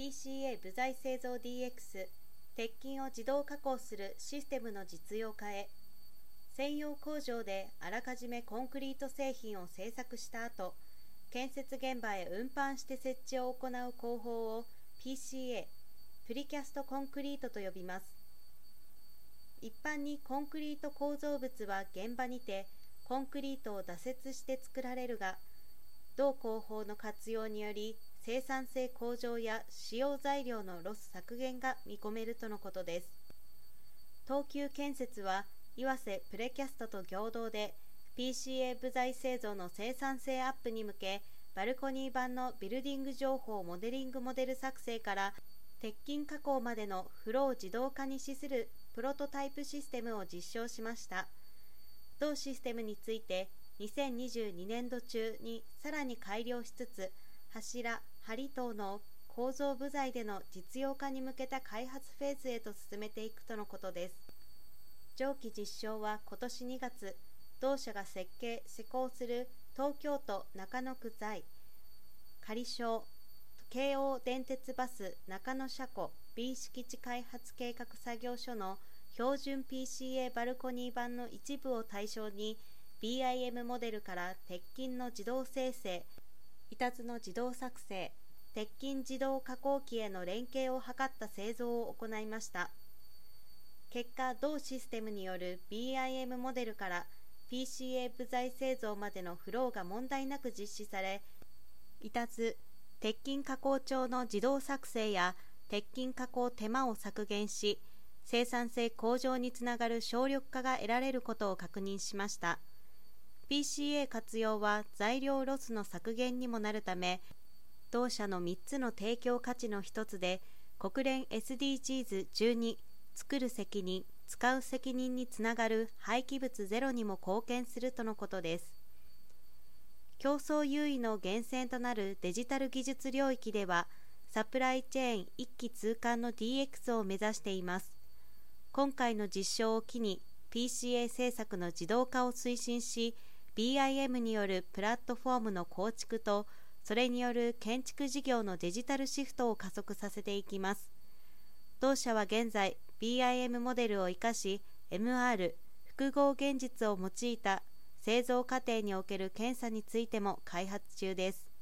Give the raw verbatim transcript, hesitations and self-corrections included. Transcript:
ピーシーエー 部材製造 ディーエックス、鉄筋を自動加工するシステムの実用化へ。専用工場であらかじめコンクリート製品を製作した後、建設現場へ運搬して設置を行う工法を ピーシーエー、プリキャストコンクリートと呼びます。一般にコンクリート構造物は現場にてコンクリートを打設して作られるが、同工法の活用により生産性向上や使用材料のロス削減が見込めるとのことです。東急建設は岩瀬プレキャストと共同で ピーシーエー 部材製造の生産性アップに向け、バルコニー版のビルディング情報モデリングモデル作成から鉄筋加工までのフロー自動化に資するプロトタイプシステムを実証しました。同システムについてにせんにじゅうにねんど中にさらに改良しつつ、柱、梁等の構造部材での実用化に向けた開発フェーズへと進めていくとのことです。上記実証は今年にがつ、同社が設計・施工する東京都中野区在仮称京王電鉄バス中野車庫 B 敷地開発計画作業所の標準 ピーシーエー バルコニー版の一部を対象に ビーアイエム モデルから鉄筋の自動生成、板図の自動作成、鉄筋自動加工機への連携を図った製造を行いました。結果、同システムによる ビーアイエム モデルから ピーシーエー 部材製造までのフローが問題なく実施され、板図、鉄筋加工帳の自動作成や鉄筋加工手間を削減し、生産性向上につながる省力化が得られることを確認しました。ピーシーエー 活用は材料ロスの削減にもなるため、同社のみっつの提供価値の一つで、国連 エスディージーズじゅうに 作る責任、使う責任につながる廃棄物ゼロにも貢献するとのことです。競争優位の源泉となるデジタル技術領域では、サプライチェーン一気通貫の ディーエックス を目指しています。今回の実証を機に ピーシーエー 政策の自動化を推進し、ビーアイエム によるプラットフォームの構築と、それによる建築事業のデジタルシフトを加速させていきます。同社は現在 ビーアイエム モデルを生かし エムアール 複合現実を用いた製造過程における検査についても開発中です。